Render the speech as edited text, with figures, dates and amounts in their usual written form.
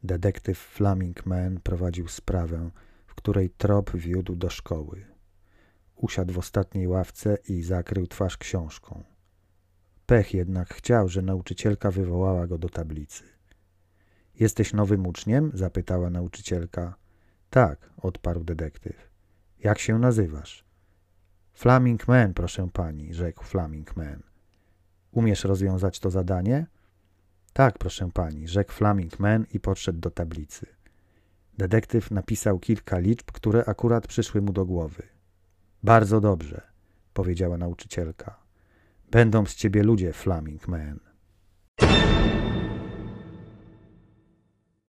Detektyw Flaming Man prowadził sprawę, w której trop wiódł do szkoły. Usiadł w ostatniej ławce i zakrył twarz książką. Pech jednak chciał, że nauczycielka wywołała go do tablicy. — Jesteś nowym uczniem? — zapytała nauczycielka. — Tak — odparł detektyw. — Jak się nazywasz? — Flaming Man, proszę pani — rzekł Flaming Man. — Umiesz rozwiązać to zadanie? — Tak, proszę pani — rzekł Flaming Man i podszedł do tablicy. Detektyw napisał kilka liczb, które akurat przyszły mu do głowy. — Bardzo dobrze — powiedziała nauczycielka. — Będą z ciebie ludzie, Flaming Man.